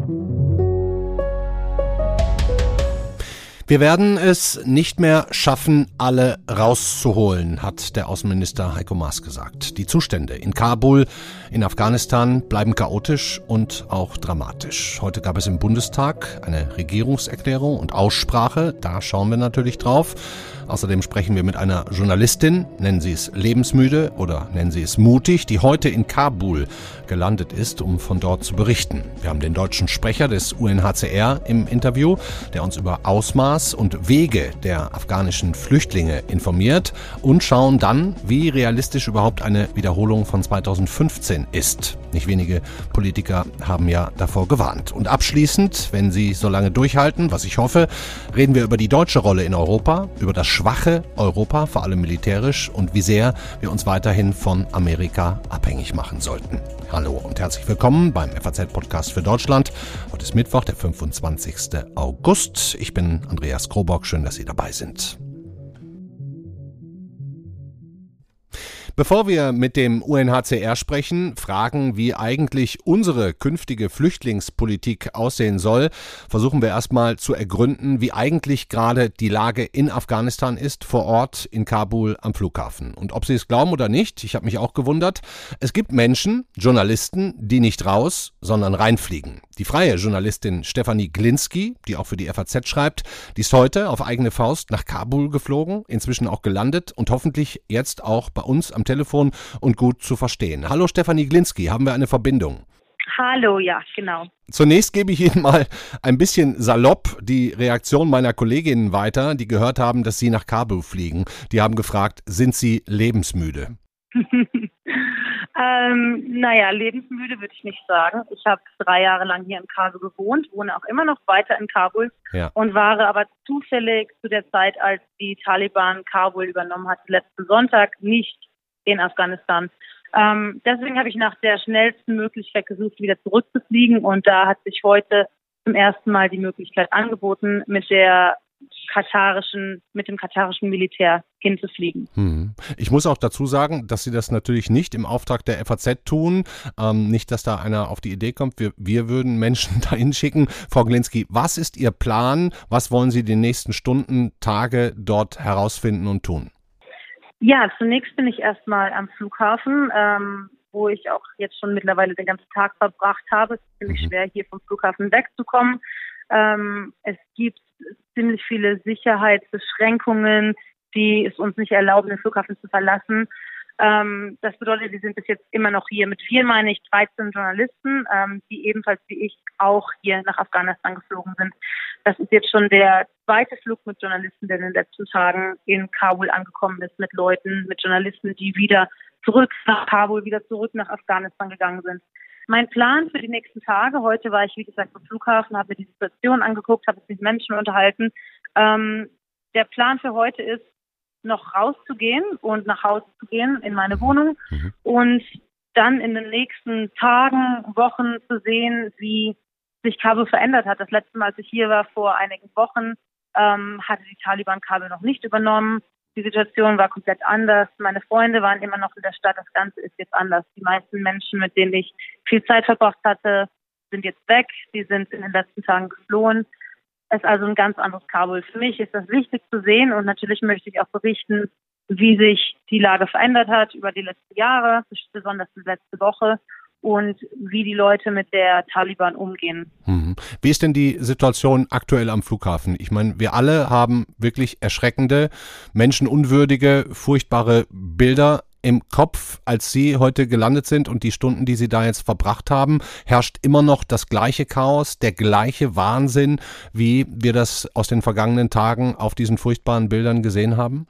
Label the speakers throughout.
Speaker 1: Wir werden es nicht mehr schaffen, alle rauszuholen, hat der Außenminister Heiko Maas gesagt. Die Zustände in Kabul, in Afghanistan bleiben chaotisch und auch dramatisch. Heute gab es im Bundestag eine Regierungserklärung und Aussprache. Da schauen wir natürlich drauf. Außerdem sprechen wir mit einer Journalistin, nennen Sie es lebensmüde oder nennen Sie es mutig, die heute in Kabul gelandet ist, um von dort zu berichten. Wir haben den deutschen Sprecher des UNHCR im Interview, der uns über Ausmaß und Wege der afghanischen Flüchtlinge informiert und schauen dann, wie realistisch überhaupt eine Wiederholung von 2015 ist. Nicht wenige Politiker haben ja davor gewarnt. Und abschließend, wenn Sie so lange durchhalten, was ich hoffe, reden wir über die deutsche Rolle in Europa, über das schwache Europa, vor allem militärisch, und wie sehr wir uns weiterhin von Amerika abhängig machen sollten. Hallo und herzlich willkommen beim FAZ-Podcast für Deutschland. Heute ist Mittwoch, der 25. August. Ich bin Andreas Krobock. Schön, dass Sie dabei sind. Bevor wir mit dem UNHCR sprechen, fragen, wie eigentlich unsere künftige Flüchtlingspolitik aussehen soll, versuchen wir erstmal zu ergründen, wie eigentlich gerade die Lage in Afghanistan ist, vor Ort in Kabul am Flughafen. Und ob Sie es glauben oder nicht, ich habe mich auch gewundert, es gibt Menschen, Journalisten, die nicht raus, sondern reinfliegen. Die freie Journalistin Stefanie Glinski, die auch für die FAZ schreibt, die ist heute auf eigene Faust nach Kabul geflogen, inzwischen auch gelandet und hoffentlich jetzt auch bei uns am Telefon und gut zu verstehen. Hallo Stefanie Glinski, haben wir eine Verbindung?
Speaker 2: Hallo, ja, genau.
Speaker 1: Zunächst gebe ich Ihnen mal ein bisschen salopp die Reaktion meiner Kolleginnen weiter, die gehört haben, dass Sie nach Kabul fliegen. Die haben gefragt, sind Sie lebensmüde?
Speaker 2: Lebensmüde würde ich nicht sagen. Ich habe 3 Jahre lang hier in Kabul gewohnt, wohne auch immer noch weiter in Kabul und war aber zufällig zu der Zeit, als die Taliban Kabul übernommen hat, letzten Sonntag nicht in Afghanistan. Deswegen habe ich nach der schnellsten Möglichkeit gesucht, wieder zurückzufliegen, und da hat sich heute zum ersten Mal die Möglichkeit angeboten, mit dem katarischen Militär hinzufliegen.
Speaker 1: Ich muss auch dazu sagen, dass Sie das natürlich nicht im Auftrag der FAZ tun. Nicht, dass da einer auf die Idee kommt, wir würden Menschen dahin schicken. Frau Glinski, was ist Ihr Plan? Was wollen Sie die nächsten Stunden, Tage dort herausfinden und tun?
Speaker 2: Ja, zunächst bin ich erstmal am Flughafen, wo ich auch jetzt schon mittlerweile den ganzen Tag verbracht habe. Es ist ziemlich schwer, hier vom Flughafen wegzukommen. Es gibt ziemlich viele Sicherheitsbeschränkungen, die es uns nicht erlauben, den Flughafen zu verlassen. Das bedeutet, wir sind bis jetzt immer noch hier. Mit wir meine ich 13 Journalisten, die ebenfalls wie ich auch hier nach Afghanistan geflogen sind. Das ist jetzt schon der zweite Flug mit Journalisten, der in den letzten Tagen in Kabul angekommen ist, mit Journalisten, die wieder zurück nach Kabul, wieder zurück nach Afghanistan gegangen sind. Mein Plan für die nächsten Tage, heute war ich, wie gesagt, am Flughafen, habe mir die Situation angeguckt, habe mich mit Menschen unterhalten. Der Plan für heute ist, noch rauszugehen und nach Hause zu gehen in meine Wohnung und dann in den nächsten Tagen, Wochen zu sehen, wie sich Kabul verändert hat. Das letzte Mal, als ich hier war, vor einigen Wochen, hatte die Taliban Kabul noch nicht übernommen. Die Situation war komplett anders. Meine Freunde waren immer noch in der Stadt. Das Ganze ist jetzt anders. Die meisten Menschen, mit denen ich viel Zeit verbracht hatte, sind jetzt weg. Die sind in den letzten Tagen geflohen. Es ist also ein ganz anderes Kabul. Für mich ist das wichtig zu sehen, und natürlich möchte ich auch berichten, wie sich die Lage verändert hat über die letzten Jahre, besonders die letzte Woche, und wie die Leute mit der Taliban umgehen.
Speaker 1: Wie ist denn die Situation aktuell am Flughafen? Ich meine, wir alle haben wirklich erschreckende, menschenunwürdige, furchtbare Bilder im Kopf, als Sie heute gelandet sind, und die Stunden, die Sie da jetzt verbracht haben, herrscht immer noch das gleiche Chaos, der gleiche Wahnsinn, wie wir das aus den vergangenen Tagen auf diesen furchtbaren Bildern gesehen haben?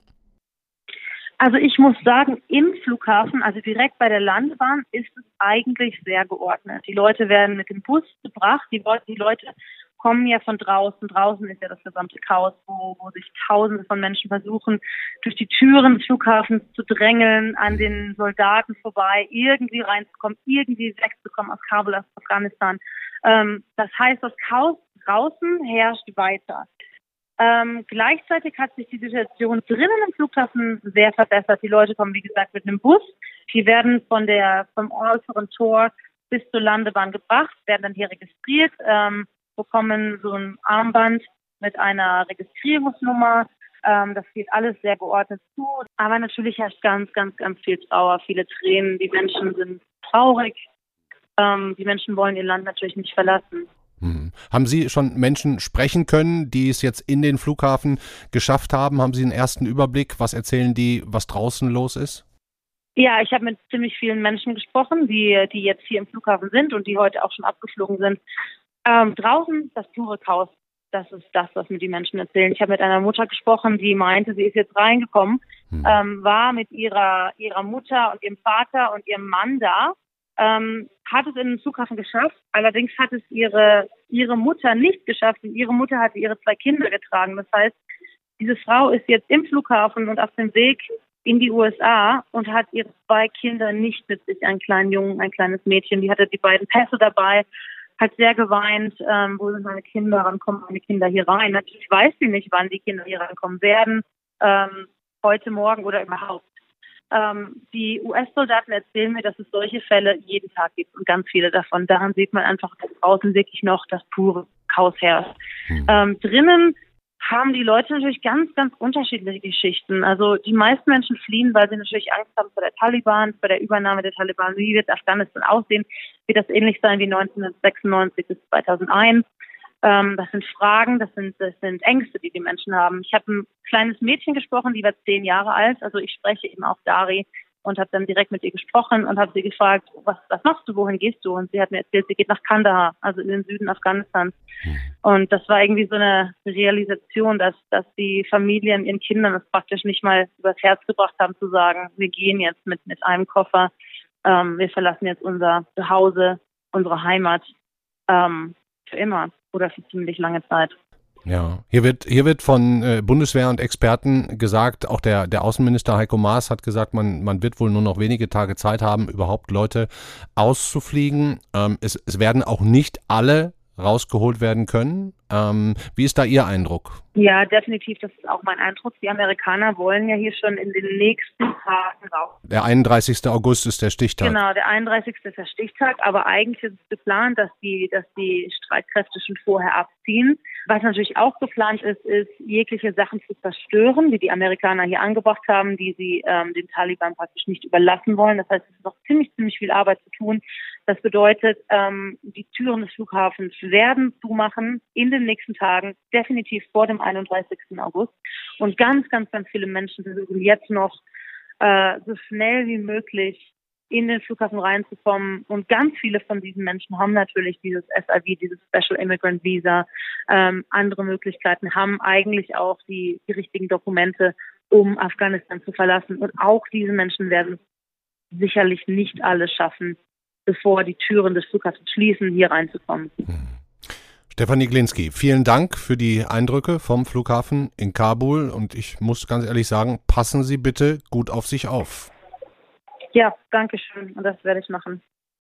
Speaker 2: Also ich muss sagen, im Flughafen, also direkt bei der Landebahn, ist es eigentlich sehr geordnet. Die Leute werden mit dem Bus gebracht, die Leute kommen ja von draußen. Draußen ist ja das gesamte Chaos, wo sich Tausende von Menschen versuchen, durch die Türen des Flughafens zu drängeln, an den Soldaten vorbei, irgendwie reinzukommen, irgendwie wegzukommen aus Kabul, aus Afghanistan. Das heißt, das Chaos draußen herrscht weiter. Gleichzeitig hat sich die Situation drinnen im Flughafen sehr verbessert. Die Leute kommen, wie gesagt, mit einem Bus. Die werden vom äußeren Tor bis zur Landebahn gebracht, werden dann hier registriert, bekommen so ein Armband mit einer Registrierungsnummer. Das geht alles sehr geordnet zu. Aber natürlich herrscht ganz, ganz, ganz viel Trauer, viele Tränen. Die Menschen sind traurig. Die Menschen wollen ihr Land natürlich nicht verlassen.
Speaker 1: Haben Sie schon Menschen sprechen können, die es jetzt in den Flughafen geschafft haben? Haben Sie einen ersten Überblick? Was erzählen die, was draußen los ist?
Speaker 2: Ja, ich habe mit ziemlich vielen Menschen gesprochen, die jetzt hier im Flughafen sind und die heute auch schon abgeflogen sind. Draußen das pure Chaos. Das ist das, was mir die Menschen erzählen. Ich habe mit einer Mutter gesprochen, die meinte, sie ist jetzt reingekommen, war mit ihrer Mutter und ihrem Vater und ihrem Mann da, hat es in den Flughafen geschafft. Allerdings hat es ihre Mutter nicht geschafft und ihre Mutter hatte ihre 2 Kinder getragen. Das heißt, diese Frau ist jetzt im Flughafen und auf dem Weg in die USA und hat ihre 2 Kinder nicht mit sich, einen kleinen Jungen, ein kleines Mädchen. Die hatte die beiden Pässe dabei, hat sehr geweint, wo sind meine Kinder, wann kommen meine Kinder hier rein? Natürlich weiß sie nicht, wann die Kinder hier reinkommen werden, heute, morgen oder überhaupt. Die US-Soldaten erzählen mir, dass es solche Fälle jeden Tag gibt und ganz viele davon. Daran sieht man einfach, dass draußen wirklich noch das pure Chaos herrscht. Drinnen haben die Leute natürlich ganz, ganz unterschiedliche Geschichten. Also die meisten Menschen fliehen, weil sie natürlich Angst haben vor der Taliban, vor der Übernahme der Taliban. Wie wird Afghanistan aussehen? Wird das ähnlich sein wie 1996 bis 2001? Das sind Fragen, das sind Ängste, die Menschen haben. Ich habe ein kleines Mädchen gesprochen, die war 10 Jahre alt. Also ich spreche eben auch Dari und habe dann direkt mit ihr gesprochen und habe sie gefragt, was machst du, wohin gehst du? Und sie hat mir erzählt, sie geht nach Kandahar, also in den Süden Afghanistans. Und das war irgendwie so eine Realisation, dass die Familien ihren Kindern das praktisch nicht mal übers Herz gebracht haben, zu sagen, wir gehen jetzt mit einem Koffer, wir verlassen jetzt unser Zuhause, unsere Heimat für immer oder für ziemlich lange Zeit.
Speaker 1: Ja, hier wird von Bundeswehr und Experten gesagt, auch der Außenminister Heiko Maas hat gesagt, man wird wohl nur noch wenige Tage Zeit haben, überhaupt Leute auszufliegen. Es werden auch nicht alle rausgeholt werden können. Wie ist da Ihr Eindruck?
Speaker 2: Ja, definitiv, das ist auch mein Eindruck. Die Amerikaner wollen ja hier schon in den nächsten Tagen raus.
Speaker 1: Der 31. August ist der Stichtag.
Speaker 2: Genau, der 31. ist der Stichtag, aber eigentlich ist es geplant, dass die Streitkräfte schon vorher abziehen. Was natürlich auch geplant ist jegliche Sachen zu zerstören, die Amerikaner hier angebracht haben, die sie den Taliban praktisch nicht überlassen wollen. Das heißt, es ist noch ziemlich viel Arbeit zu tun. Das bedeutet, die Türen des Flughafens werden zumachen in den nächsten Tagen, definitiv vor dem 31. August. Und ganz viele Menschen versuchen jetzt noch so schnell wie möglich in den Flughafen reinzukommen. Und ganz viele von diesen Menschen haben natürlich dieses SIV, dieses Special Immigrant Visa, andere Möglichkeiten, haben eigentlich auch die richtigen Dokumente, um Afghanistan zu verlassen. Und auch diese Menschen werden sicherlich nicht alle schaffen, bevor die Türen des Flughafens schließen, hier reinzukommen.
Speaker 1: Stefanie Glinski, vielen Dank für die Eindrücke vom Flughafen in Kabul. Und ich muss ganz ehrlich sagen, passen Sie bitte gut auf sich auf.
Speaker 2: Ja, danke schön. Und das werde ich machen.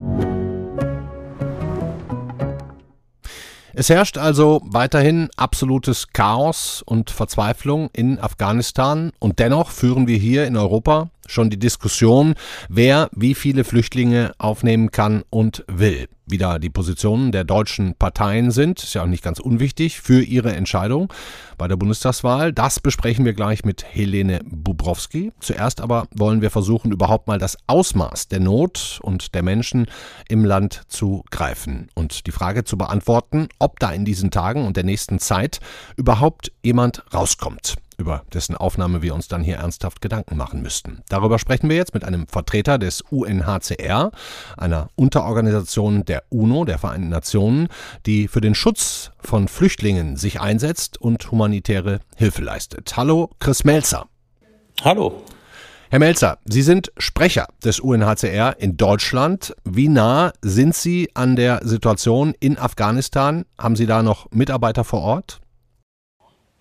Speaker 1: Es herrscht also weiterhin absolutes Chaos und Verzweiflung in Afghanistan. Und dennoch führen wir hier in Europa schon die Diskussion, wer wie viele Flüchtlinge aufnehmen kann und will. Wie da die Positionen der deutschen Parteien sind, ist ja auch nicht ganz unwichtig für ihre Entscheidung bei der Bundestagswahl. Das besprechen wir gleich mit Helene Bubrowski. Zuerst aber wollen wir versuchen, überhaupt mal das Ausmaß der Not und der Menschen im Land zu greifen und die Frage zu beantworten, ob da in diesen Tagen und der nächsten Zeit überhaupt jemand rauskommt, über dessen Aufnahme wir uns dann hier ernsthaft Gedanken machen müssten. Darüber sprechen wir jetzt mit einem Vertreter des UNHCR, einer Unterorganisation der UNO, der Vereinten Nationen, die für den Schutz von Flüchtlingen sich einsetzt und humanitäre Hilfe leistet. Hallo, Chris Melzer.
Speaker 3: Hallo.
Speaker 1: Herr Melzer, Sie sind Sprecher des UNHCR in Deutschland. Wie nah sind Sie an der Situation in Afghanistan? Haben Sie da noch Mitarbeiter vor Ort?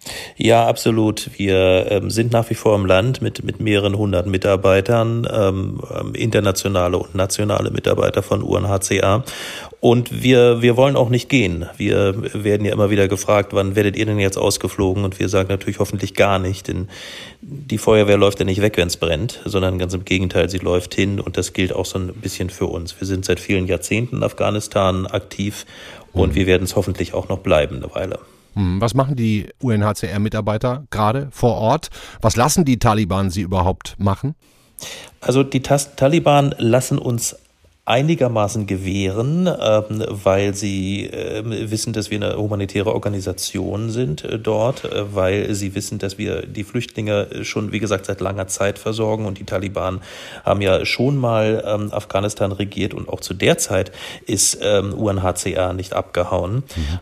Speaker 3: Ja, absolut. Wir sind nach wie vor im Land mit mehreren hundert Mitarbeitern, internationale und nationale Mitarbeiter von UNHCR. Und wir wollen auch nicht gehen. Wir werden ja immer wieder gefragt, wann werdet ihr denn jetzt ausgeflogen? Und wir sagen natürlich hoffentlich gar nicht, denn die Feuerwehr läuft ja nicht weg, wenn es brennt, sondern ganz im Gegenteil, sie läuft hin. Und das gilt auch so ein bisschen für uns. Wir sind seit vielen Jahrzehnten in Afghanistan aktiv und wir werden es hoffentlich auch noch bleiben eine Weile.
Speaker 1: Was machen die UNHCR-Mitarbeiter gerade vor Ort? Was lassen die Taliban sie überhaupt machen?
Speaker 3: Also die Taliban lassen uns einigermaßen gewähren, weil sie wissen, dass wir eine humanitäre Organisation sind dort, weil sie wissen, dass wir die Flüchtlinge schon, wie gesagt, seit langer Zeit versorgen und die Taliban haben ja schon mal Afghanistan regiert und auch zu der Zeit ist UNHCR nicht abgehauen.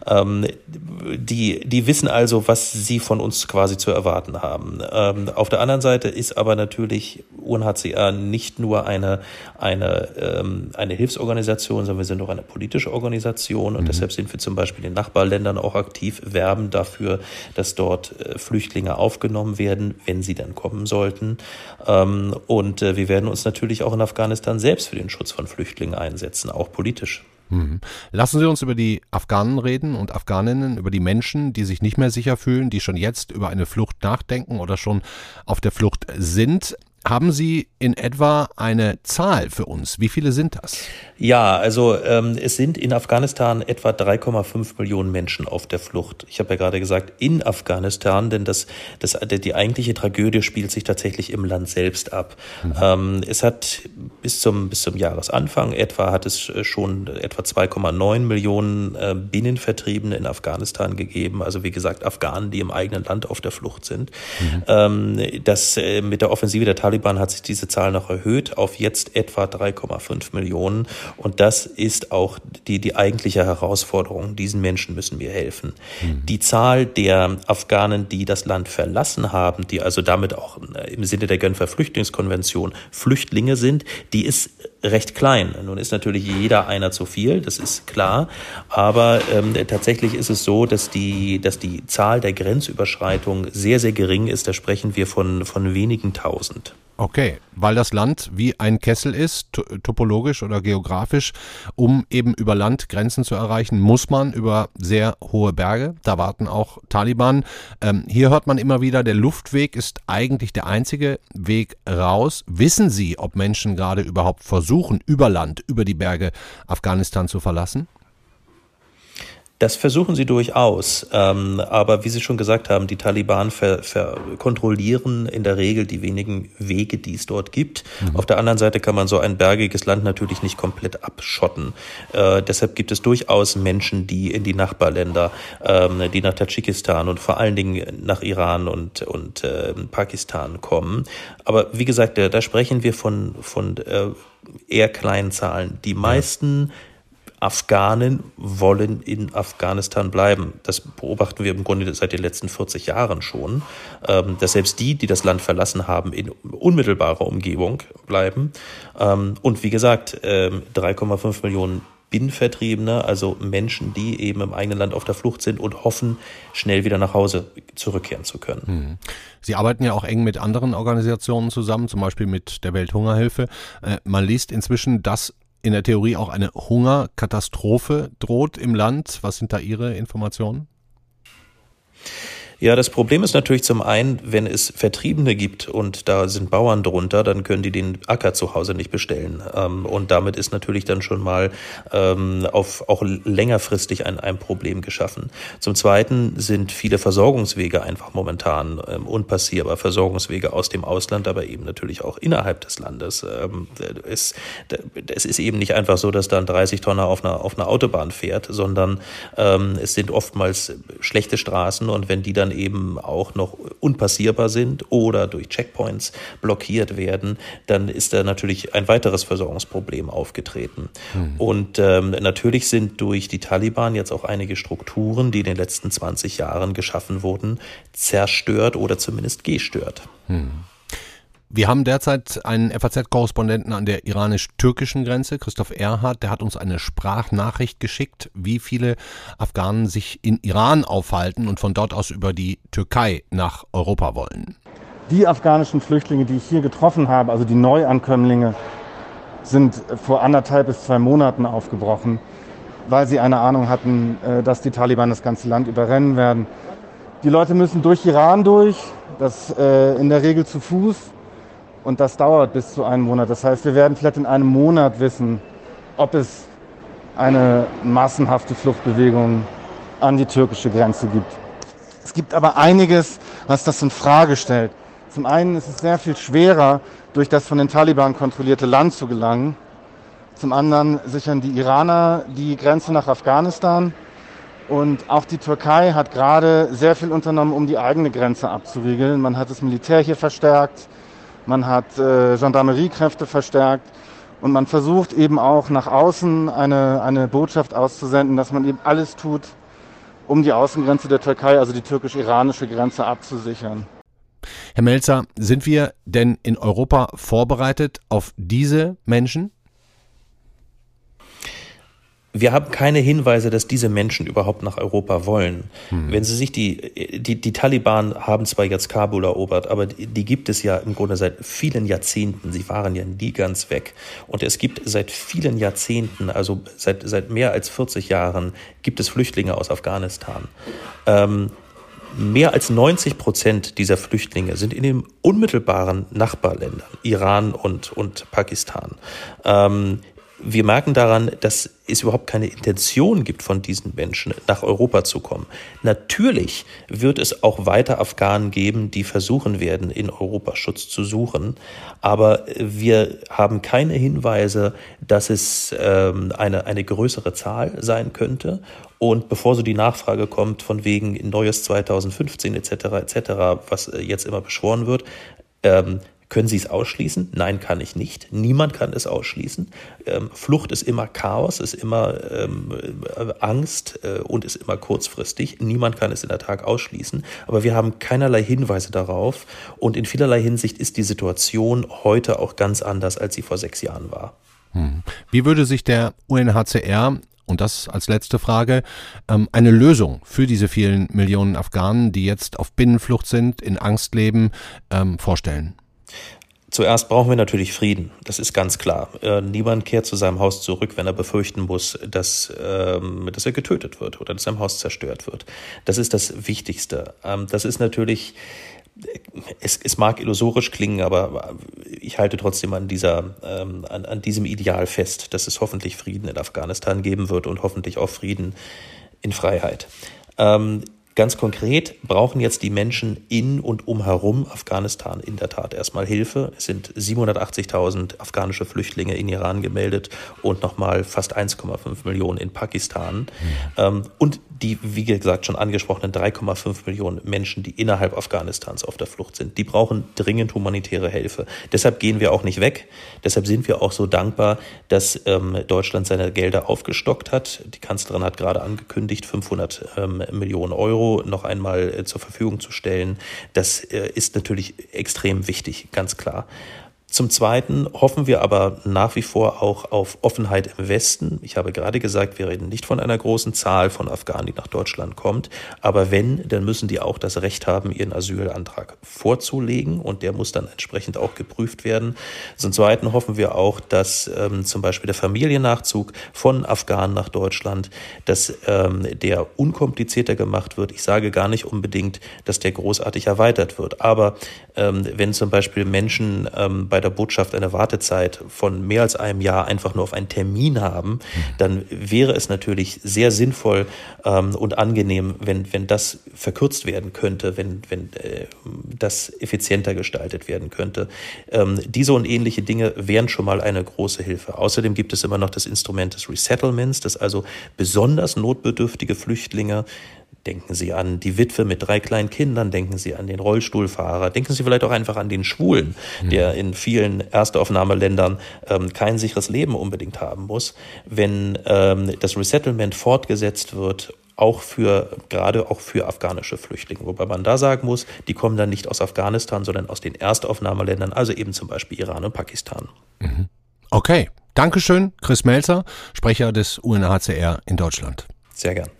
Speaker 3: Die wissen also, was sie von uns quasi zu erwarten haben. Auf der anderen Seite ist aber natürlich UNHCR nicht nur eine Hilfsorganisation, sondern wir sind auch eine politische Organisation und deshalb sind wir zum Beispiel in Nachbarländern auch aktiv, werben dafür, dass dort Flüchtlinge aufgenommen werden, wenn sie dann kommen sollten. Und wir werden uns natürlich auch in Afghanistan selbst für den Schutz von Flüchtlingen einsetzen, auch politisch.
Speaker 1: Lassen Sie uns über die Afghanen reden und Afghaninnen, über die Menschen, die sich nicht mehr sicher fühlen, die schon jetzt über eine Flucht nachdenken oder schon auf der Flucht sind. Haben Sie in etwa eine Zahl für uns? Wie viele sind das?
Speaker 3: Ja, also es sind in Afghanistan etwa 3,5 Millionen Menschen auf der Flucht. Ich habe ja gerade gesagt, in Afghanistan, denn die eigentliche Tragödie spielt sich tatsächlich im Land selbst ab. Es hat bis zum Jahresanfang hat es schon etwa 2,9 Millionen Binnenvertriebene in Afghanistan gegeben. Also wie gesagt, Afghanen, die im eigenen Land auf der Flucht sind. Mit der Offensive der Taliban hat sich diese Zahl noch erhöht auf jetzt etwa 3,5 Millionen. Und das ist auch die eigentliche Herausforderung. Diesen Menschen müssen wir helfen. Die Zahl der Afghanen, die das Land verlassen haben, die also damit auch im Sinne der Genfer Flüchtlingskonvention Flüchtlinge sind, die ist recht klein. Nun ist natürlich jeder einer zu viel, das ist klar. Aber tatsächlich ist es so, dass die Zahl der Grenzüberschreitungen sehr, sehr gering ist. Da sprechen wir von wenigen Tausend.
Speaker 1: Okay, weil das Land wie ein Kessel ist, topologisch oder geografisch, um eben über Land Grenzen zu erreichen, muss man über sehr hohe Berge. Da warten auch Taliban. Hier hört man immer wieder, der Luftweg ist eigentlich der einzige Weg raus. Wissen Sie, ob Menschen gerade überhaupt versuchen, über Land, über die Berge Afghanistan zu verlassen?
Speaker 3: Das versuchen sie durchaus, aber wie Sie schon gesagt haben, die Taliban kontrollieren in der Regel die wenigen Wege, die es dort gibt. Auf der anderen Seite kann man so ein bergiges Land natürlich nicht komplett abschotten. Deshalb gibt es durchaus Menschen, die in die Nachbarländer, die nach Tadschikistan und vor allen Dingen nach Iran und Pakistan kommen. Aber wie gesagt, da sprechen wir von eher kleinen Zahlen. Die meisten Afghanen wollen in Afghanistan bleiben. Das beobachten wir im Grunde seit den letzten 40 Jahren schon, dass selbst die das Land verlassen haben, in unmittelbarer Umgebung bleiben. Und wie gesagt, 3,5 Millionen Binnenvertriebene, also Menschen, die eben im eigenen Land auf der Flucht sind und hoffen, schnell wieder nach Hause zurückkehren zu können.
Speaker 1: Sie arbeiten ja auch eng mit anderen Organisationen zusammen, zum Beispiel mit der Welthungerhilfe. Man liest inzwischen, dass in der Theorie auch eine Hungerkatastrophe droht im Land. Was sind da Ihre Informationen?
Speaker 3: Ja, das Problem ist natürlich zum einen, wenn es Vertriebene gibt und da sind Bauern drunter, dann können die den Acker zu Hause nicht bestellen. Und damit ist natürlich dann schon mal auch längerfristig ein Problem geschaffen. Zum Zweiten sind viele Versorgungswege einfach momentan unpassierbar. Versorgungswege aus dem Ausland, aber eben natürlich auch innerhalb des Landes. Es ist eben nicht einfach so, dass da ein 30-Tonner auf einer Autobahn fährt, sondern es sind oftmals schlechte Straßen und wenn die dann eben auch noch unpassierbar sind oder durch Checkpoints blockiert werden, dann ist da natürlich ein weiteres Versorgungsproblem aufgetreten. Und natürlich sind durch die Taliban jetzt auch einige Strukturen, die in den letzten 20 Jahren geschaffen wurden, zerstört oder zumindest gestört.
Speaker 1: Wir haben derzeit einen FAZ-Korrespondenten an der iranisch-türkischen Grenze, Christoph Erhardt, der hat uns eine Sprachnachricht geschickt, wie viele Afghanen sich in Iran aufhalten und von dort aus über die Türkei nach Europa wollen.
Speaker 4: Die afghanischen Flüchtlinge, die ich hier getroffen habe, also die Neuankömmlinge, sind vor 1,5 bis 2 Monaten aufgebrochen, weil sie eine Ahnung hatten, dass die Taliban das ganze Land überrennen werden. Die Leute müssen durch Iran durch, das in der Regel zu Fuß. Und das dauert bis zu einem Monat. Das heißt, wir werden vielleicht in einem Monat wissen, ob es eine massenhafte Fluchtbewegung an die türkische Grenze gibt. Es gibt aber einiges, was das in Frage stellt. Zum einen ist es sehr viel schwerer, durch das von den Taliban kontrollierte Land zu gelangen. Zum anderen sichern die Iraner die Grenze nach Afghanistan. Und auch die Türkei hat gerade sehr viel unternommen, um die eigene Grenze abzuriegeln. Man hat das Militär hier verstärkt. Man hat Gendarmeriekräfte verstärkt und man versucht eben auch nach außen eine Botschaft auszusenden, dass man eben alles tut, um die Außengrenze der Türkei, also die türkisch-iranische Grenze, abzusichern.
Speaker 1: Herr Melzer, sind wir denn in Europa vorbereitet auf diese Menschen?
Speaker 3: Wir haben keine Hinweise, dass diese Menschen überhaupt nach Europa wollen. Wenn Sie sich die Taliban haben zwar jetzt Kabul erobert, aber die gibt es ja im Grunde seit vielen Jahrzehnten. Sie waren ja nie ganz weg. Und es gibt seit vielen Jahrzehnten, also seit mehr als 40 Jahren, gibt es Flüchtlinge aus Afghanistan. Mehr als 90% dieser Flüchtlinge sind in den unmittelbaren Nachbarländern, Iran und Pakistan. Wir merken daran, dass es überhaupt keine Intention gibt, von diesen Menschen nach Europa zu kommen. Natürlich wird es auch weiter Afghanen geben, die versuchen werden, in Europa Schutz zu suchen. Aber wir haben keine Hinweise, dass es eine größere Zahl sein könnte. Und bevor so die Nachfrage kommt, von wegen neues 2015 etc., was jetzt immer beschworen wird, können Sie es ausschließen? Nein, kann ich nicht. Niemand kann es ausschließen. Flucht ist immer Chaos, ist immer Angst und ist immer kurzfristig. Niemand kann es in der Tat ausschließen. Aber wir haben keinerlei Hinweise darauf. Und in vielerlei Hinsicht ist die Situation heute auch ganz anders, als sie vor 6 Jahren war.
Speaker 1: Wie würde sich der UNHCR, und das als letzte Frage, eine Lösung für diese vielen Millionen Afghanen, die jetzt auf Binnenflucht sind, in Angst leben, vorstellen?
Speaker 3: Zuerst brauchen wir natürlich Frieden, das ist ganz klar. Niemand kehrt zu seinem Haus zurück, wenn er befürchten muss, dass er getötet wird oder dass sein Haus zerstört wird. Das ist das Wichtigste. Das ist natürlich, es mag illusorisch klingen, aber ich halte trotzdem an diesem Ideal fest, dass es hoffentlich Frieden in Afghanistan geben wird und hoffentlich auch Frieden in Freiheit. Ganz konkret brauchen jetzt die Menschen in und umherum Afghanistan in der Tat erstmal Hilfe. Es sind 780.000 afghanische Flüchtlinge in Iran gemeldet und nochmal fast 1,5 Millionen in Pakistan. Und die, wie gesagt, schon angesprochenen 3,5 Millionen Menschen, die innerhalb Afghanistans auf der Flucht sind. Die brauchen dringend humanitäre Hilfe. Deshalb gehen wir auch nicht weg. Deshalb sind wir auch so dankbar, dass Deutschland seine Gelder aufgestockt hat. Die Kanzlerin hat gerade angekündigt, 500 Millionen Euro noch einmal zur Verfügung zu stellen. Das ist natürlich extrem wichtig, ganz klar. Zum Zweiten hoffen wir aber nach wie vor auch auf Offenheit im Westen. Ich habe gerade gesagt, wir reden nicht von einer großen Zahl von Afghanen, die nach Deutschland kommt. Aber wenn, dann müssen die auch das Recht haben, ihren Asylantrag vorzulegen. Und der muss dann entsprechend auch geprüft werden. Zum Zweiten hoffen wir auch, dass zum Beispiel der Familiennachzug von Afghanen nach Deutschland, dass der unkomplizierter gemacht wird. Ich sage gar nicht unbedingt, dass der großartig erweitert wird. Aber wenn zum Beispiel Menschen bei der Botschaft eine Wartezeit von mehr als einem Jahr einfach nur auf einen Termin haben, dann wäre es natürlich sehr sinnvoll und angenehm, wenn das verkürzt werden könnte, wenn das effizienter gestaltet werden könnte. Diese und ähnliche Dinge wären schon mal eine große Hilfe. Außerdem gibt es immer noch das Instrument des Resettlements, das also besonders notbedürftige Flüchtlinge, denken Sie an die Witwe mit 3 kleinen Kindern, denken Sie an den Rollstuhlfahrer, denken Sie vielleicht auch einfach an den Schwulen, der in vielen Erstaufnahmeländern kein sicheres Leben unbedingt haben muss. Wenn das Resettlement fortgesetzt wird gerade auch für afghanische Flüchtlinge. Wobei man da sagen muss, die kommen dann nicht aus Afghanistan, sondern aus den Erstaufnahmeländern, also eben zum Beispiel Iran und Pakistan.
Speaker 1: Okay, Dankeschön, Chris Melzer, Sprecher des UNHCR in Deutschland.
Speaker 3: Sehr gern.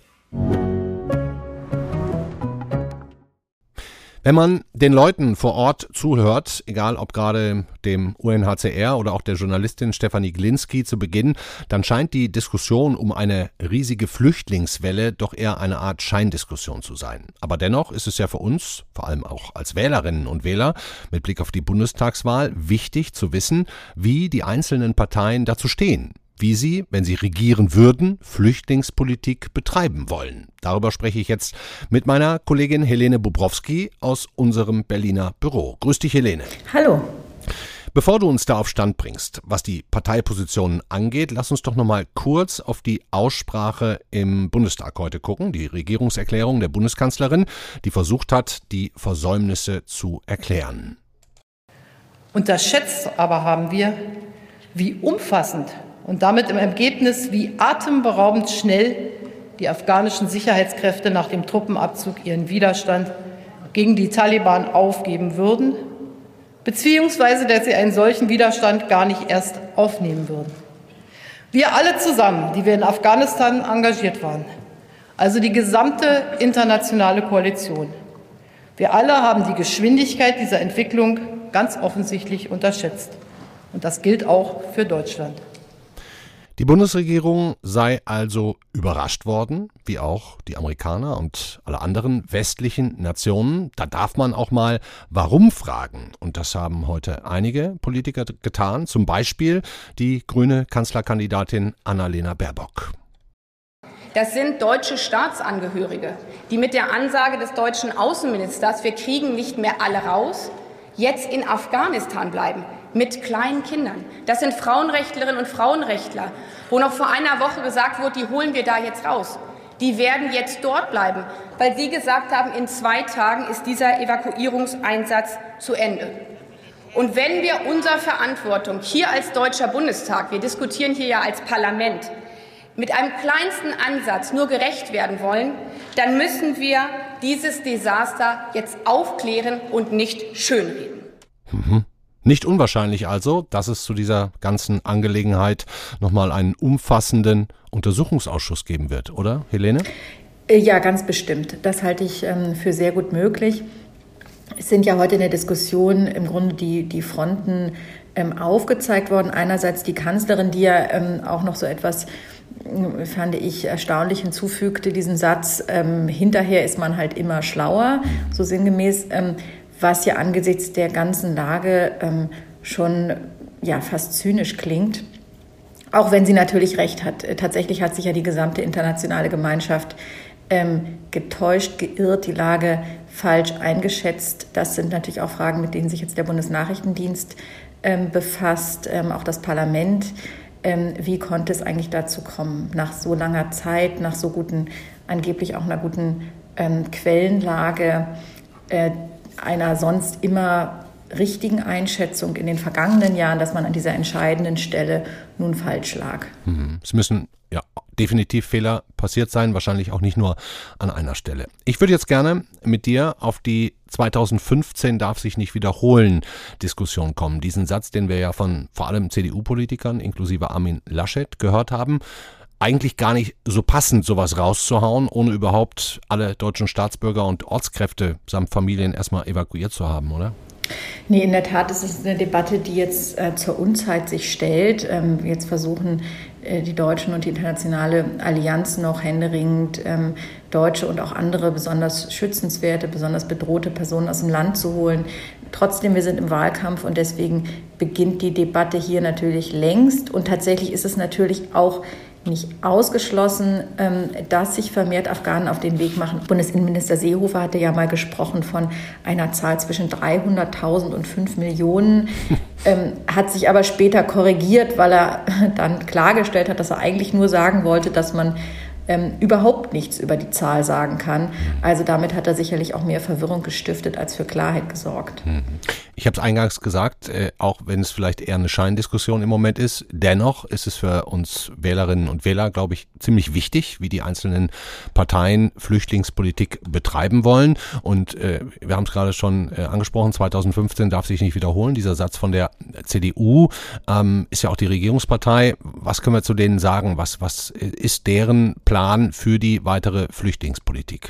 Speaker 1: Wenn man den Leuten vor Ort zuhört, egal ob gerade dem UNHCR oder auch der Journalistin Stefanie Glinski zu Beginn, dann scheint die Diskussion um eine riesige Flüchtlingswelle doch eher eine Art Scheindiskussion zu sein. Aber dennoch ist es ja für uns, vor allem auch als Wählerinnen und Wähler, mit Blick auf die Bundestagswahl wichtig zu wissen, wie die einzelnen Parteien dazu stehen. Wie sie, wenn sie regieren würden, Flüchtlingspolitik betreiben wollen. Darüber spreche ich jetzt mit meiner Kollegin Helene Bobrowski aus unserem Berliner Büro. Grüß dich, Helene.
Speaker 5: Hallo.
Speaker 1: Bevor du uns da auf Stand bringst, was die Parteipositionen angeht, lass uns doch noch mal kurz auf die Aussprache im Bundestag heute gucken, die Regierungserklärung der Bundeskanzlerin, die versucht hat, die Versäumnisse zu erklären.
Speaker 5: Unterschätzt aber haben wir, wie umfassend und damit im Ergebnis wie atemberaubend schnell die afghanischen Sicherheitskräfte nach dem Truppenabzug ihren Widerstand gegen die Taliban aufgeben würden, beziehungsweise dass sie einen solchen Widerstand gar nicht erst aufnehmen würden. Wir alle zusammen, die wir in Afghanistan engagiert waren, also die gesamte internationale Koalition, wir alle haben die Geschwindigkeit dieser Entwicklung ganz offensichtlich unterschätzt. Und das gilt auch für Deutschland.
Speaker 1: Die Bundesregierung sei also überrascht worden, wie auch die Amerikaner und alle anderen westlichen Nationen. Da darf man auch mal warum fragen. Und das haben heute einige Politiker getan, zum Beispiel die grüne Kanzlerkandidatin Annalena Baerbock.
Speaker 6: Das sind deutsche Staatsangehörige, die mit der Ansage des deutschen Außenministers, wir kriegen nicht mehr alle raus, jetzt in Afghanistan bleiben. Mit kleinen Kindern. Das sind Frauenrechtlerinnen und Frauenrechtler, wo noch vor einer Woche gesagt wurde, die holen wir da jetzt raus. Die werden jetzt dort bleiben, weil sie gesagt haben, in 2 Tagen ist dieser Evakuierungseinsatz zu Ende. Und wenn wir unserer Verantwortung hier als Deutscher Bundestag, wir diskutieren hier ja als Parlament, mit einem kleinsten Ansatz nur gerecht werden wollen, dann müssen wir dieses Desaster jetzt aufklären und nicht schönreden.
Speaker 1: Nicht unwahrscheinlich also, dass es zu dieser ganzen Angelegenheit nochmal einen umfassenden Untersuchungsausschuss geben wird, oder, Helene?
Speaker 7: Ja, ganz bestimmt. Das halte ich für sehr gut möglich. Es sind ja heute in der Diskussion im Grunde die Fronten aufgezeigt worden. Einerseits die Kanzlerin, die ja auch noch so etwas, fand ich, erstaunlich hinzufügte, diesen Satz, hinterher ist man halt immer schlauer, so sinngemäß, was ja angesichts der ganzen Lage schon fast zynisch klingt. Auch wenn sie natürlich recht hat. Tatsächlich hat sich ja die gesamte internationale Gemeinschaft getäuscht, geirrt, die Lage falsch eingeschätzt. Das sind natürlich auch Fragen, mit denen sich jetzt der Bundesnachrichtendienst befasst, auch das Parlament. Wie konnte es eigentlich dazu kommen, nach so langer Zeit, nach so guten, angeblich auch einer guten Quellenlage, einer sonst immer richtigen Einschätzung in den vergangenen Jahren, dass man an dieser entscheidenden Stelle nun falsch lag.
Speaker 1: Es müssen ja definitiv Fehler passiert sein, wahrscheinlich auch nicht nur an einer Stelle. Ich würde jetzt gerne mit dir auf die 2015 darf sich nicht wiederholen Diskussion kommen. Diesen Satz, den wir ja von vor allem CDU-Politikern inklusive Armin Laschet gehört haben. Eigentlich gar nicht so passend, sowas rauszuhauen, ohne überhaupt alle deutschen Staatsbürger und Ortskräfte samt Familien erstmal evakuiert zu haben, oder?
Speaker 7: Nee, in der Tat ist es eine Debatte, die jetzt zur Unzeit sich stellt. Jetzt versuchen die Deutschen und die internationale Allianz noch händeringend deutsche und auch andere besonders schützenswerte, besonders bedrohte Personen aus dem Land zu holen. Trotzdem, wir sind im Wahlkampf und deswegen beginnt die Debatte hier natürlich längst. Und tatsächlich ist es natürlich auch nicht ausgeschlossen, dass sich vermehrt Afghanen auf den Weg machen. Bundesinnenminister Seehofer hatte ja mal gesprochen von einer Zahl zwischen 300.000 und 5 Millionen, hat sich aber später korrigiert, weil er dann klargestellt hat, dass er eigentlich nur sagen wollte, dass man überhaupt nichts über die Zahl sagen kann. Also damit hat er sicherlich auch mehr Verwirrung gestiftet als für Klarheit gesorgt.
Speaker 1: Ich Ich habe es eingangs gesagt, auch wenn es vielleicht eher eine Scheindiskussion im Moment ist, dennoch ist es für uns Wählerinnen und Wähler, glaube ich, ziemlich wichtig, wie die einzelnen Parteien Flüchtlingspolitik betreiben wollen. Und wir haben es gerade schon angesprochen, 2015 darf sich nicht wiederholen. Dieser Satz von der CDU ist ja auch die Regierungspartei. Was können wir zu denen sagen? Was ist deren Plan für die weitere Flüchtlingspolitik?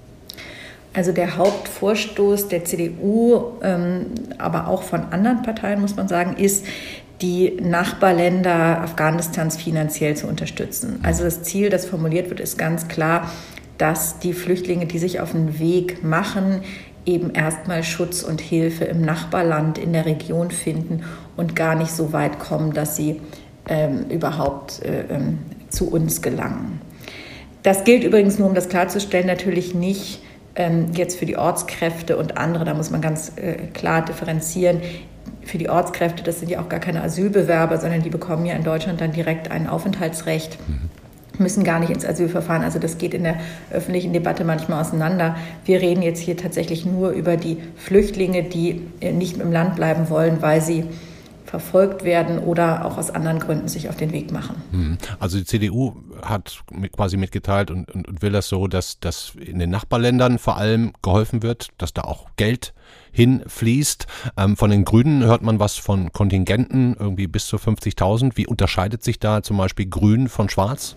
Speaker 7: Also der Hauptvorstoß der CDU, aber auch von anderen Parteien, muss man sagen, ist, die Nachbarländer Afghanistans finanziell zu unterstützen. Also das Ziel, das formuliert wird, ist ganz klar, dass die Flüchtlinge, die sich auf den Weg machen, eben erstmal Schutz und Hilfe im Nachbarland, in der Region finden und gar nicht so weit kommen, dass sie überhaupt zu uns gelangen. Das gilt übrigens nur, um das klarzustellen, natürlich nicht jetzt für die Ortskräfte und andere, da muss man ganz klar differenzieren. Für die Ortskräfte, das sind ja auch gar keine Asylbewerber, sondern die bekommen ja in Deutschland dann direkt ein Aufenthaltsrecht, müssen gar nicht ins Asylverfahren. Also das geht in der öffentlichen Debatte manchmal auseinander. Wir reden jetzt hier tatsächlich nur über die Flüchtlinge, die nicht im Land bleiben wollen, weil sie verfolgt werden oder auch aus anderen Gründen sich auf den Weg machen.
Speaker 1: Also die CDU hat quasi mitgeteilt und will das so, dass in den Nachbarländern vor allem geholfen wird, dass da auch Geld hinfließt. Von den Grünen hört man was von Kontingenten, irgendwie bis zu 50.000. Wie unterscheidet sich da zum Beispiel Grün von Schwarz?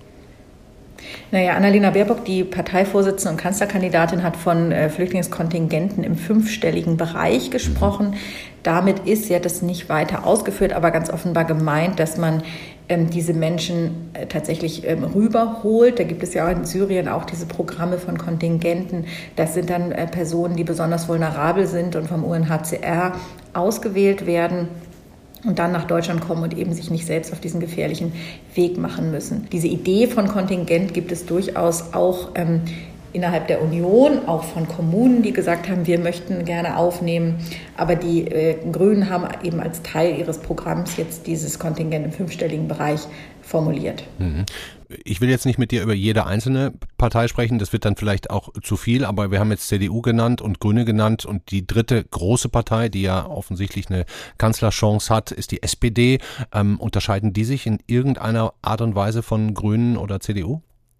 Speaker 7: Naja, Annalena Baerbock, die Parteivorsitzende und Kanzlerkandidatin, hat von Flüchtlingskontingenten im 5-stelligen Bereich gesprochen. Damit ist, sie hat das nicht weiter ausgeführt, aber ganz offenbar gemeint, dass man diese Menschen tatsächlich rüberholt. Da gibt es ja auch in Syrien auch diese Programme von Kontingenten. Das sind dann Personen, die besonders vulnerabel sind und vom UNHCR ausgewählt werden und dann nach Deutschland kommen und eben sich nicht selbst auf diesen gefährlichen Weg machen müssen. Diese Idee von Kontingent gibt es durchaus auch innerhalb der Union, auch von Kommunen, die gesagt haben, wir möchten gerne aufnehmen. Aber die Grünen haben eben als Teil ihres Programms jetzt dieses Kontingent im 5-stelligen Bereich formuliert.
Speaker 1: Ich will jetzt nicht mit dir über jede einzelne Partei sprechen, das wird dann vielleicht auch zu viel, aber wir haben jetzt CDU genannt und Grüne genannt und die dritte große Partei, die ja offensichtlich eine Kanzlerchance hat, ist die SPD. Unterscheiden die sich in irgendeiner Art und Weise von Grünen oder CDU?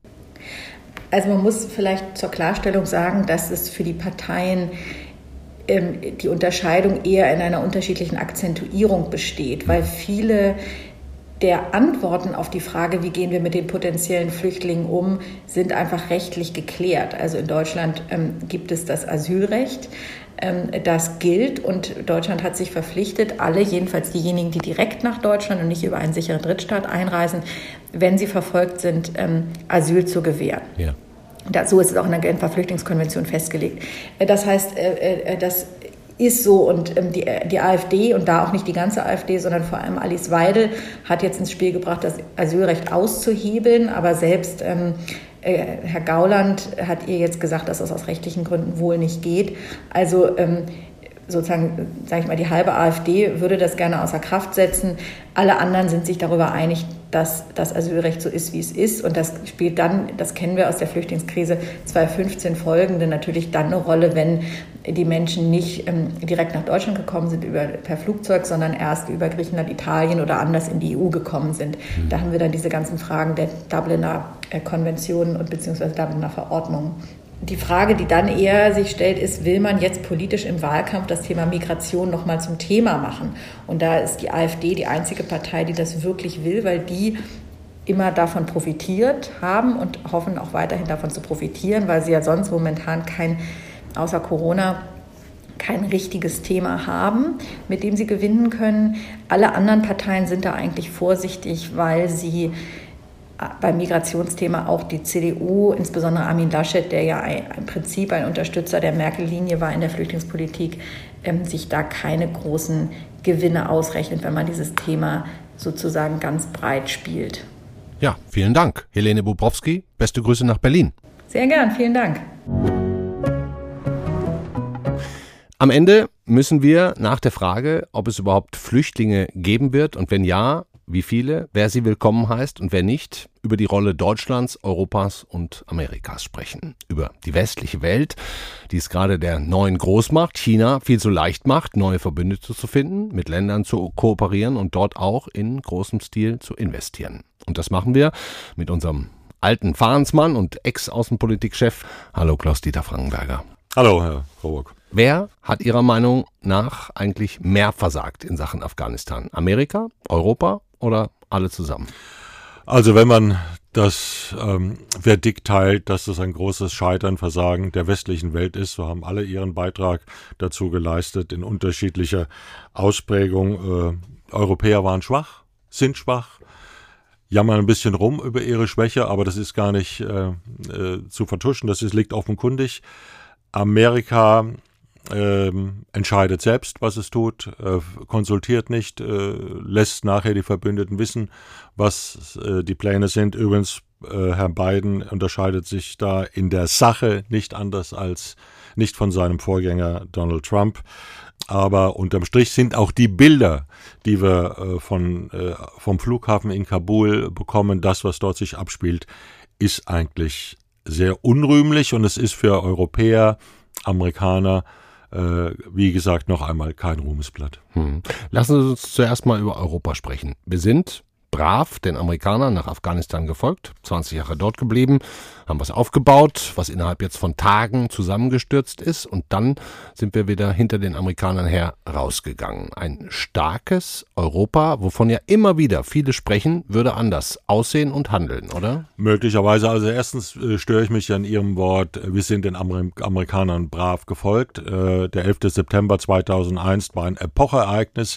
Speaker 7: Also man muss vielleicht zur Klarstellung sagen, dass es für die Parteien die Unterscheidung eher in einer unterschiedlichen Akzentuierung besteht, weil viele der Antworten auf die Frage, wie gehen wir mit den potenziellen Flüchtlingen um, sind einfach rechtlich geklärt. Also in Deutschland gibt es das Asylrecht, das gilt und Deutschland hat sich verpflichtet, alle, jedenfalls diejenigen, die direkt nach Deutschland und nicht über einen sicheren Drittstaat einreisen, wenn sie verfolgt sind, Asyl zu gewähren. Ja. So ist es auch in der Genfer Flüchtlingskonvention festgelegt. Das heißt, das ist so und die AfD und da auch nicht die ganze AfD, sondern vor allem Alice Weidel hat jetzt ins Spiel gebracht, das Asylrecht auszuhebeln, aber selbst Herr Gauland hat ihr jetzt gesagt, dass das aus rechtlichen Gründen wohl nicht geht. Also sozusagen, sage ich mal, die halbe AfD würde das gerne außer Kraft setzen. Alle anderen sind sich darüber einig, dass das Asylrecht so ist, wie es ist. Und das spielt dann, das kennen wir aus der Flüchtlingskrise 2015 folgende, natürlich dann eine Rolle, wenn die Menschen nicht direkt nach Deutschland gekommen sind per Flugzeug, sondern erst über Griechenland, Italien oder anders in die EU gekommen sind. Da haben wir dann diese ganzen Fragen der Dubliner Konventionen und beziehungsweise Dubliner Verordnungen. Die Frage, die dann eher sich stellt, ist, will man jetzt politisch im Wahlkampf das Thema Migration nochmal zum Thema machen? Und da ist die AfD die einzige Partei, die das wirklich will, weil die immer davon profitiert haben und hoffen auch weiterhin davon zu profitieren, weil sie ja sonst momentan außer Corona kein richtiges Thema haben, mit dem sie gewinnen können. Alle anderen Parteien sind da eigentlich vorsichtig, weil sie beim Migrationsthema auch die CDU, insbesondere Armin Laschet, der ja im Prinzip ein Unterstützer der Merkel-Linie war in der Flüchtlingspolitik, sich da keine großen Gewinne ausrechnet, wenn man dieses Thema sozusagen ganz breit spielt.
Speaker 1: Ja, vielen Dank. Helene Bobrowski, beste Grüße nach Berlin.
Speaker 7: Sehr gern, vielen Dank.
Speaker 1: Am Ende müssen wir nach der Frage, ob es überhaupt Flüchtlinge geben wird und wenn ja, wie viele, wer sie willkommen heißt und wer nicht, über die Rolle Deutschlands, Europas und Amerikas sprechen. Über die westliche Welt, die es gerade der neuen Großmacht China viel zu leicht macht, neue Verbündete zu finden, mit Ländern zu kooperieren und dort auch in großem Stil zu investieren. Und das machen wir mit unserem alten Fahnsmann und Ex-Außenpolitikchef. Hallo Klaus-Dieter Frankenberger.
Speaker 8: Hallo, Herr Roburg.
Speaker 1: Wer hat Ihrer Meinung nach eigentlich mehr versagt in Sachen Afghanistan? Amerika, Europa oder alle zusammen?
Speaker 8: Also wenn man das Verdikt teilt, dass das ein großes Scheitern, Versagen der westlichen Welt ist, so haben alle ihren Beitrag dazu geleistet in unterschiedlicher Ausprägung. Europäer waren schwach, sind schwach, jammern ein bisschen rum über ihre Schwäche, aber das ist gar nicht zu vertuschen, liegt offenkundig. Amerika entscheidet selbst, was es tut, konsultiert nicht, lässt nachher die Verbündeten wissen, was die Pläne sind. Übrigens, Herr Biden unterscheidet sich da in der Sache nicht von seinem Vorgänger Donald Trump. Aber unterm Strich sind auch die Bilder, die wir vom Flughafen in Kabul bekommen, das, was dort sich abspielt, ist eigentlich sehr unrühmlich und es ist für Europäer, Amerikaner, wie gesagt, noch einmal kein Ruhmesblatt.
Speaker 1: Lassen Sie uns zuerst mal über Europa sprechen. Wir sind brav den Amerikanern nach Afghanistan gefolgt, 20 Jahre dort geblieben, haben was aufgebaut, was innerhalb jetzt von Tagen zusammengestürzt ist und dann sind wir wieder hinter den Amerikanern her rausgegangen. Ein starkes Europa, wovon ja immer wieder viele sprechen, würde anders aussehen und handeln, oder?
Speaker 8: Möglicherweise. Also erstens störe ich mich an Ihrem Wort, wir sind den Amerikanern brav gefolgt. Der 11. September 2001 war ein Epocheereignis.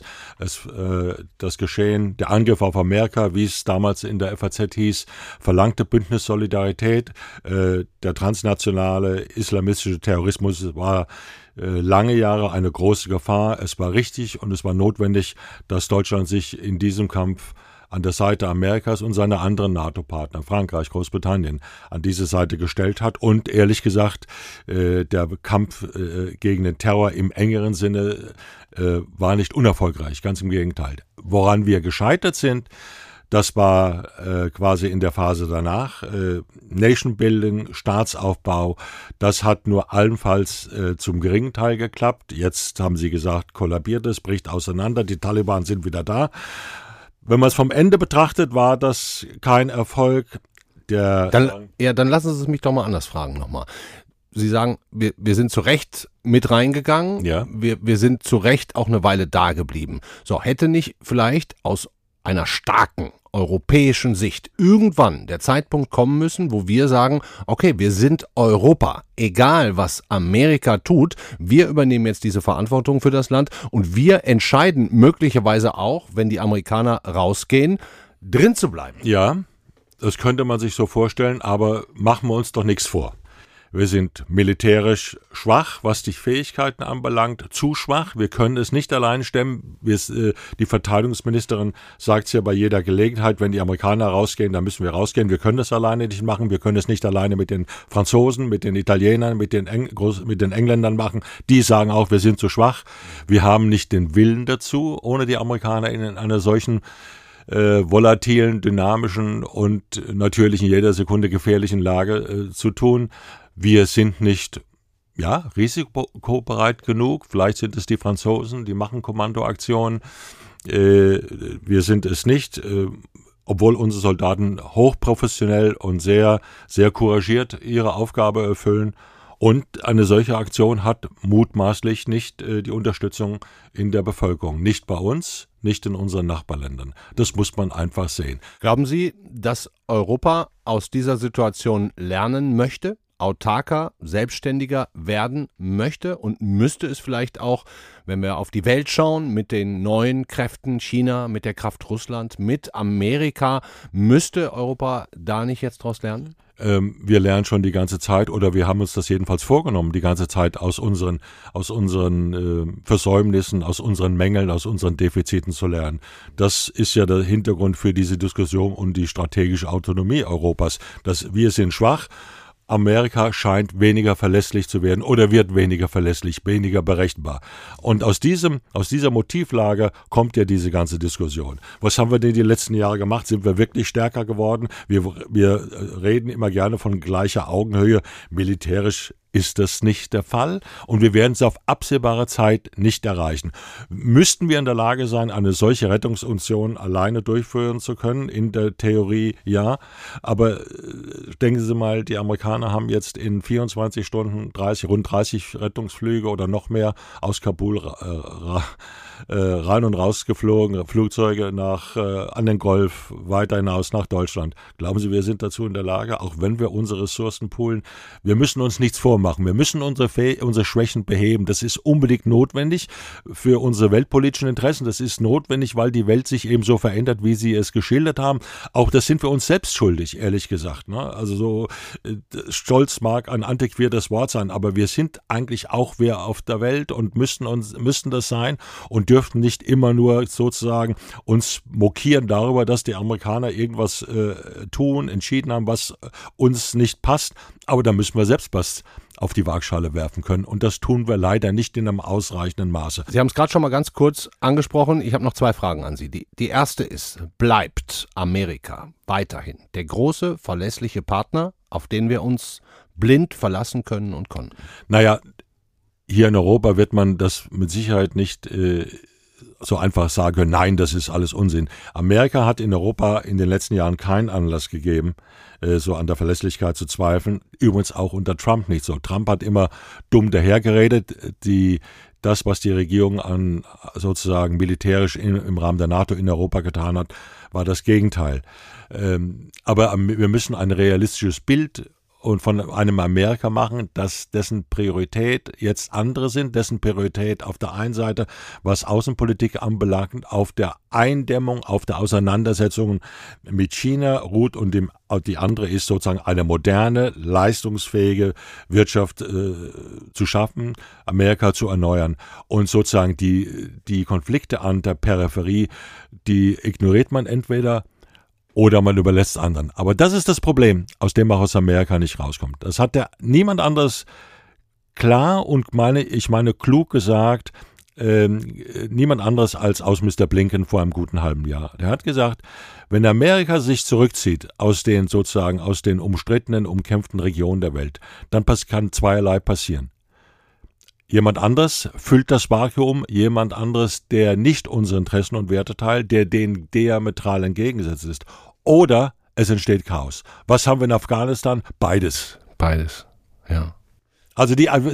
Speaker 8: Das Geschehen, der Angriff auf Amerika, wie es damals in der FAZ hieß, verlangte Bündnissolidarität. Der transnationale islamistische Terrorismus war lange Jahre eine große Gefahr. Es war richtig und es war notwendig, dass Deutschland sich in diesem Kampf an der Seite Amerikas und seiner anderen NATO-Partner, Frankreich, Großbritannien, an diese Seite gestellt hat. Und ehrlich gesagt, der Kampf gegen den Terror im engeren Sinne war nicht unerfolgreich, ganz im Gegenteil. Woran wir gescheitert sind, das war quasi in der Phase danach. Nation-Building, Staatsaufbau, das hat nur allenfalls zum geringen Teil geklappt. Jetzt haben Sie gesagt, kollabiert es, bricht auseinander, die Taliban sind wieder da. Wenn man es vom Ende betrachtet, war das kein Erfolg.
Speaker 1: Dann lassen Sie mich doch mal anders fragen nochmal. Sie sagen, wir sind zu Recht mit reingegangen,
Speaker 8: ja.
Speaker 1: Wir sind zu Recht auch eine Weile da geblieben. So, hätte nicht vielleicht aus einer starken europäischen Sicht irgendwann der Zeitpunkt kommen müssen, wo wir sagen, okay, wir sind Europa, egal was Amerika tut, wir übernehmen jetzt diese Verantwortung für das Land und wir entscheiden möglicherweise auch, wenn die Amerikaner rausgehen, drin zu bleiben.
Speaker 8: Ja, das könnte man sich so vorstellen, aber machen wir uns doch nichts vor. Wir sind militärisch schwach, was die Fähigkeiten anbelangt, zu schwach. Wir können es nicht allein stemmen. Die Verteidigungsministerin sagt es ja bei jeder Gelegenheit, wenn die Amerikaner rausgehen, dann müssen wir rausgehen. Wir können das alleine nicht machen. Wir können es nicht alleine mit den Franzosen, mit den Italienern, mit den Engländern machen. Die sagen auch, wir sind zu schwach. Wir haben nicht den Willen dazu, ohne die Amerikaner in einer solchen volatilen, dynamischen und natürlich in jeder Sekunde gefährlichen Lage zu tun. Wir sind nicht risikobereit genug. Vielleicht sind es die Franzosen, die machen Kommandoaktionen. Wir sind es nicht, obwohl unsere Soldaten hochprofessionell und sehr, sehr couragiert ihre Aufgabe erfüllen. Und eine solche Aktion hat mutmaßlich nicht die Unterstützung in der Bevölkerung. Nicht bei uns, nicht in unseren Nachbarländern. Das muss man einfach sehen.
Speaker 1: Glauben Sie, dass Europa aus dieser Situation lernen möchte? Autarker, selbstständiger werden möchte und müsste es vielleicht auch, wenn wir auf die Welt schauen, mit den neuen Kräften China, mit der Kraft Russland, mit Amerika, müsste Europa da nicht jetzt daraus lernen?
Speaker 8: Wir lernen schon die ganze Zeit oder wir haben uns das jedenfalls vorgenommen, die ganze Zeit aus unseren Versäumnissen, aus unseren Mängeln, aus unseren Defiziten zu lernen. Das ist ja der Hintergrund für diese Diskussion um die strategische Autonomie Europas. Wir sind schwach. Amerika scheint weniger verlässlich zu werden oder wird weniger verlässlich, weniger berechenbar. Und aus dieser Motivlage kommt ja diese ganze Diskussion. Was haben wir denn die letzten Jahre gemacht? Sind wir wirklich stärker geworden? Wir reden immer gerne von gleicher Augenhöhe. Militärisch ist das nicht der Fall und wir werden es auf absehbare Zeit nicht erreichen. Müssten wir in der Lage sein, eine solche Rettungsaktion alleine durchführen zu können? In der Theorie ja, aber denken Sie mal, die Amerikaner haben jetzt in 24 Stunden rund 30 Rettungsflüge oder noch mehr aus Kabul rein und raus geflogen, Flugzeuge an den Golf, weiter hinaus nach Deutschland. Glauben Sie, wir sind dazu in der Lage, auch wenn wir unsere Ressourcen poolen? Wir müssen uns nichts vormachen. Wir müssen unsere Schwächen beheben. Das ist unbedingt notwendig für unsere weltpolitischen Interessen. Das ist notwendig, weil die Welt sich eben so verändert, wie Sie es geschildert haben. Auch das sind wir uns selbst schuldig, ehrlich gesagt. Also so stolz mag ein antiquiertes Wort sein, aber wir sind eigentlich auch wer auf der Welt und müssten das sein und dürften nicht immer nur sozusagen uns mokieren darüber, dass die Amerikaner irgendwas entschieden haben, was uns nicht passt. Aber da müssen wir selbst was auf die Waagschale werfen können. Und das tun wir leider nicht in einem ausreichenden Maße.
Speaker 1: Sie haben es gerade schon mal ganz kurz angesprochen. Ich habe noch 2 Fragen an Sie. Die erste ist, bleibt Amerika weiterhin der große, verlässliche Partner, auf den wir uns blind verlassen können und konnten?
Speaker 8: Naja, hier in Europa wird man das mit Sicherheit nicht so einfach sagen, nein, das ist alles Unsinn. Amerika hat in Europa in den letzten Jahren keinen Anlass gegeben, so an der Verlässlichkeit zu zweifeln. Übrigens auch unter Trump nicht so. Trump hat immer dumm dahergeredet. Das, was die Regierung an sozusagen militärisch im Rahmen der NATO in Europa getan hat, war das Gegenteil. Aber wir müssen ein realistisches Bild und von einem Amerika machen, dessen Priorität jetzt andere sind, dessen Priorität auf der einen Seite, was Außenpolitik anbelangt, auf der Eindämmung, auf der Auseinandersetzung mit China ruht und die andere ist sozusagen eine moderne, leistungsfähige Wirtschaft zu schaffen, Amerika zu erneuern und sozusagen die Konflikte an der Peripherie, die ignoriert man entweder oder man überlässt anderen. Aber das ist das Problem, aus dem auch aus Amerika nicht rauskommt. Das hat niemand anderes klar und klug gesagt, niemand anderes als Außenminister Blinken vor einem guten halben Jahr. Der hat gesagt, wenn Amerika sich zurückzieht aus den umstrittenen, umkämpften Regionen der Welt, dann kann zweierlei passieren. Jemand anderes füllt das Vakuum, jemand anderes, der nicht unsere Interessen und Werte teilt, der denen diametral entgegengesetzt ist. Oder es entsteht Chaos. Was haben wir in Afghanistan? Beides.
Speaker 1: Beides, ja.
Speaker 8: Also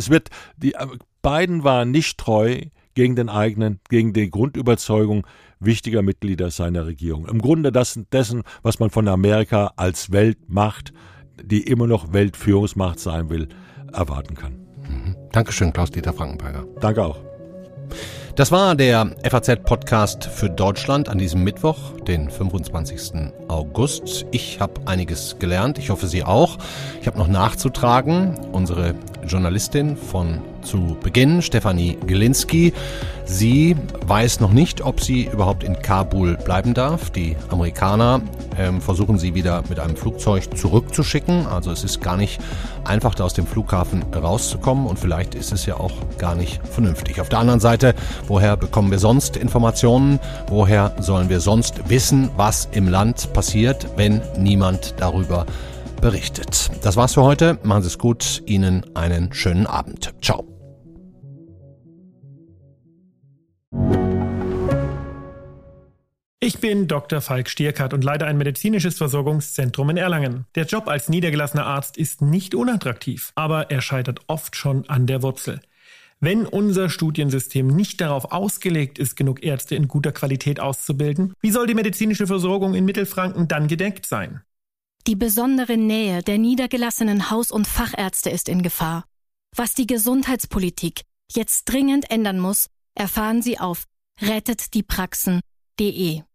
Speaker 8: Biden war nicht treu gegen die Grundüberzeugung wichtiger Mitglieder seiner Regierung. Im Grunde dessen, was man von Amerika als Weltmacht, die immer noch Weltführungsmacht sein will, erwarten kann.
Speaker 1: Dankeschön, Klaus-Dieter Frankenberger.
Speaker 8: Danke auch.
Speaker 1: Das war der FAZ-Podcast für Deutschland an diesem Mittwoch, den 25. August. Ich habe einiges gelernt, ich hoffe Sie auch. Ich habe noch nachzutragen, unsere Journalistin von zu Beginn, Stefanie Gilinski. Sie weiß noch nicht, ob sie überhaupt in Kabul bleiben darf. Die Amerikaner versuchen sie wieder mit einem Flugzeug zurückzuschicken. Also es ist gar nicht einfach, da aus dem Flughafen rauszukommen und vielleicht ist es ja auch gar nicht vernünftig. Auf der anderen Seite, woher bekommen wir sonst Informationen? Woher sollen wir sonst wissen, was im Land passiert, wenn niemand darüber berichtet? Das war's für heute. Machen Sie es gut. Ihnen einen schönen Abend. Ciao.
Speaker 9: Ich bin Dr. Falk Stierkart und leite ein medizinisches Versorgungszentrum in Erlangen. Der Job als niedergelassener Arzt ist nicht unattraktiv, aber er scheitert oft schon an der Wurzel. Wenn unser Studiensystem nicht darauf ausgelegt ist, genug Ärzte in guter Qualität auszubilden, wie soll die medizinische Versorgung in Mittelfranken dann gedeckt sein?
Speaker 10: Die besondere Nähe der niedergelassenen Haus- und Fachärzte ist in Gefahr. Was die Gesundheitspolitik jetzt dringend ändern muss, erfahren Sie auf rettetdiepraxen.de.